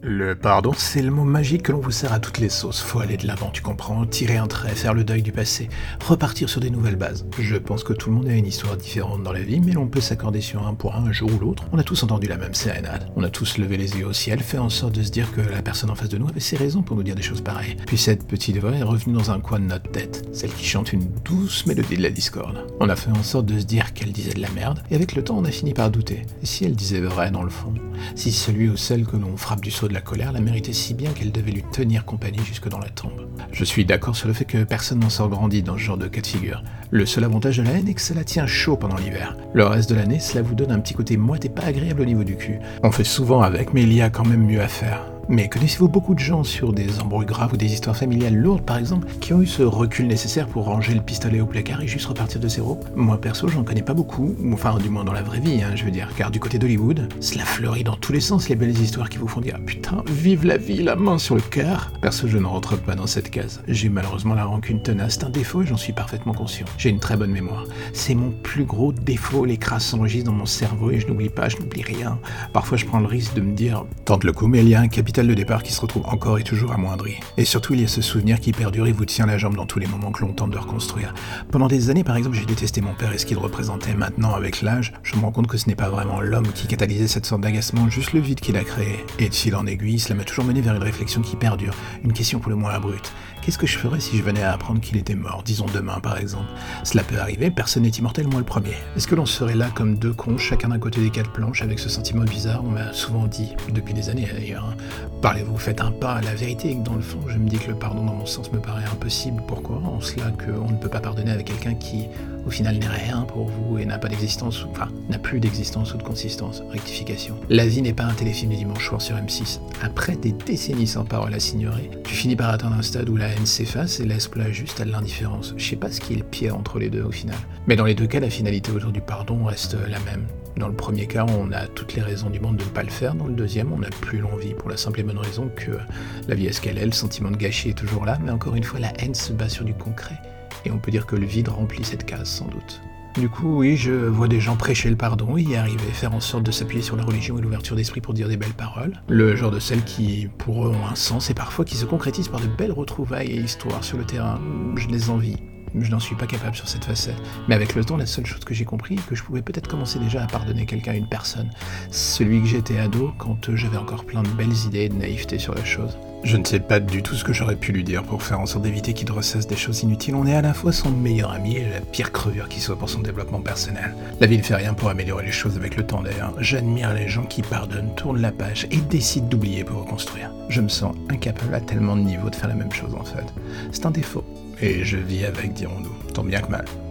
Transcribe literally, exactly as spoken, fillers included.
Le pardon, c'est le mot magique que l'on vous sert à toutes les sauces. Faut aller de l'avant, tu comprends, tirer un trait, faire le deuil du passé, repartir sur des nouvelles bases. Je pense que tout le monde a une histoire différente dans la vie, mais l'on peut s'accorder sur un point un jour ou l'autre. On a tous entendu la même sérénade. On a tous levé les yeux au ciel, fait en sorte de se dire que la personne en face de nous avait ses raisons pour nous dire des choses pareilles. Puis cette petite voix est revenue dans un coin de notre tête, celle qui chante une douce mélodie de la discorde. On a fait en sorte de se dire qu'elle disait de la merde, et avec le temps on a fini par douter. Et si elle disait vrai dans le fond? Si celui ou celle que l'on frappe du sceau de la colère la méritait si bien qu'elle devait lui tenir compagnie jusque dans la tombe. Je suis d'accord sur le fait que personne n'en sort grandi dans ce genre de cas de figure. Le seul avantage de la haine est que cela tient chaud pendant l'hiver. Le reste de l'année, cela vous donne un petit côté moite et pas agréable au niveau du cul. On fait souvent avec, mais il y a quand même mieux à faire. Mais connaissez-vous beaucoup de gens sur des embrouilles graves ou des histoires familiales lourdes par exemple, qui ont eu ce recul nécessaire pour ranger le pistolet au placard et juste repartir de zéro? Moi perso j'en connais pas beaucoup, enfin du moins dans la vraie vie hein, je veux dire, car du côté d'Hollywood, cela fleurit dans tous les sens les belles histoires qui vous font dire putain, vive la vie, la main sur le cœur. Perso je ne rentre pas dans cette case, j'ai malheureusement la rancune tenace, c'est un défaut et j'en suis parfaitement conscient. J'ai une très bonne mémoire, c'est mon plus gros défaut, les crasses s'enregistrent dans mon cerveau et je n'oublie pas, je n'oublie rien. Parfois je prends le risque de me dire, tente le coup mais il y a un capital de départ qui se retrouve encore et toujours amoindri. Et surtout, il y a ce souvenir qui perdure et vous tient la jambe dans tous les moments que l'on tente de reconstruire. Pendant des années, par exemple, j'ai détesté mon père et ce qu'il représentait. Maintenant, avec l'âge, je me rends compte que ce n'est pas vraiment l'homme qui catalysait cette sorte d'agacement, juste le vide qu'il a créé. Et de fil en aiguille, cela m'a toujours mené vers une réflexion qui perdure, une question pour le moins abrupte. Qu'est-ce que je ferais si je venais à apprendre qu'il était mort, disons demain par exemple? Cela peut arriver, personne n'est immortel, moi le premier. Est-ce que l'on serait là comme deux cons, chacun d'un côté des quatre planches, avec ce sentiment bizarre? On m'a souvent dit, depuis des années d'ailleurs, hein, parlez-vous, faites un pas à la vérité, et que dans le fond, je me dis que le pardon dans mon sens me paraît impossible. Pourquoi? En cela qu'on ne peut pas pardonner avec quelqu'un qui, au final, n'est rien pour vous et n'a pas d'existence, enfin, n'a plus d'existence ou de consistance. Rectification. La vie n'est pas un téléfilm du dimanche soir sur M six. Après des décennies sans parole à s'ignorer, tu finis par atteindre un stade où la haine s'efface et laisse place juste à de l'indifférence. Je sais pas ce qui est le pire entre les deux au final. Mais dans les deux cas, la finalité autour du pardon reste la même. Dans le premier cas, on a toutes les raisons du monde de ne pas le faire. Dans le deuxième, on n'a plus l'envie pour la simple et bonne raison que la vie est ce qu'elle est, le sentiment de gâchis est toujours là, mais encore une fois, la haine se base sur du concret. Et on peut dire que le vide remplit cette case, sans doute. Du coup, oui, je vois des gens prêcher le pardon, y arriver, faire en sorte de s'appuyer sur la religion et l'ouverture d'esprit pour dire des belles paroles. Le genre de celles qui, pour eux, ont un sens et parfois qui se concrétisent par de belles retrouvailles et histoires sur le terrain. Je les envie. Je n'en suis pas capable sur cette facette. Mais avec le temps, la seule chose que j'ai compris est que je pouvais peut-être commencer déjà à pardonner quelqu'un, une personne. Celui que j'étais ado, quand j'avais encore plein de belles idées et de naïveté sur la chose. Je ne sais pas du tout ce que j'aurais pu lui dire pour faire en sorte d'éviter qu'il ressasse des choses inutiles. On est à la fois son meilleur ami et la pire crevure qui soit pour son développement personnel. La vie ne fait rien pour améliorer les choses avec le temps d'ailleurs. J'admire les gens qui pardonnent, tournent la page et décident d'oublier pour reconstruire. Je me sens incapable à tellement de niveaux de faire la même chose en fait. C'est un défaut. Et je vis avec, dirons-nous, tant bien que mal.